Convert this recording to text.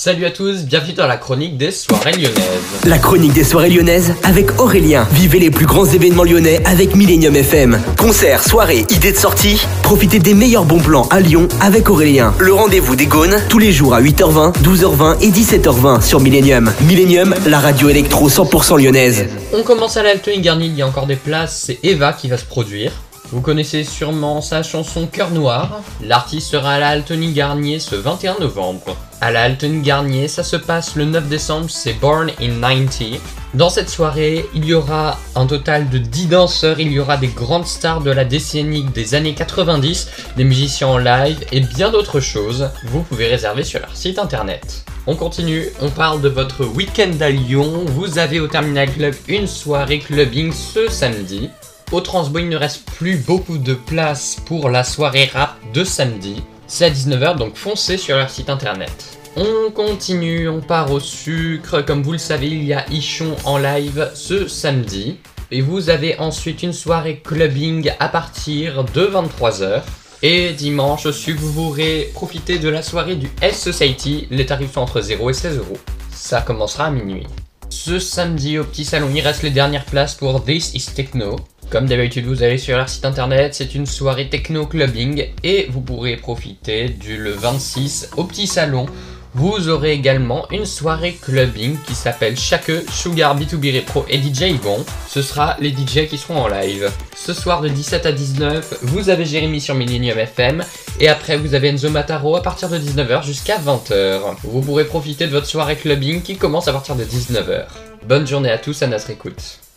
Salut à tous, bienvenue dans la chronique des soirées lyonnaises. La chronique des soirées lyonnaises avec Aurélien. Vivez les plus grands événements lyonnais avec Millennium FM. Concerts, soirées, idées de sortie. Profitez des meilleurs bons plans à Lyon avec Aurélien. Le rendez-vous des Gaunes, tous les jours à 8h20, 12h20 et 17h20 sur Millennium. Millennium, la radio électro 100% lyonnaise. On commence à l'Altony Garnier, il y a encore des places, c'est Eva qui va se produire. Vous connaissez sûrement sa chanson Cœur Noir. L'artiste sera à la Altony Garnier ce 21 novembre. À la Altony Garnier, ça se passe le 9 décembre, c'est Born in 90. Dans cette soirée, il y aura un total de 10 danseurs, il y aura des grandes stars de la décennie des années 90, des musiciens en live et bien d'autres choses. Vous pouvez réserver sur leur site internet. On continue, on parle de votre week-end à Lyon. Vous avez au Terminal Club une soirée clubbing ce samedi. Au Transbo, il ne reste plus beaucoup de place pour la soirée rap de samedi. C'est à 19h, donc foncez sur leur site internet. On continue, on part au sucre. Comme vous le savez, il y a Ichon en live ce samedi. Et vous avez ensuite une soirée clubbing à partir de 23h. Et dimanche au sucre, vous pourrez profiter de la soirée du S-Society. Les tarifs sont entre 0 et 16€. Ça commencera à minuit. Ce samedi au Petit Salon, il reste les dernières places pour This is Techno. Comme d'habitude, vous allez sur leur site internet, c'est une soirée techno clubbing et vous pourrez profiter le 26 au Petit Salon. Vous aurez également une soirée clubbing qui s'appelle Chaque, Sugar, B2B Retro et DJ Yvon. Ce sera les DJ qui seront en live. Ce soir de 17 à 19, vous avez Jérémy sur Millennium FM et après vous avez Enzo Mataro à partir de 19h jusqu'à 20h. Vous pourrez profiter de votre soirée clubbing qui commence à partir de 19h. Bonne journée à tous, à notre écoute.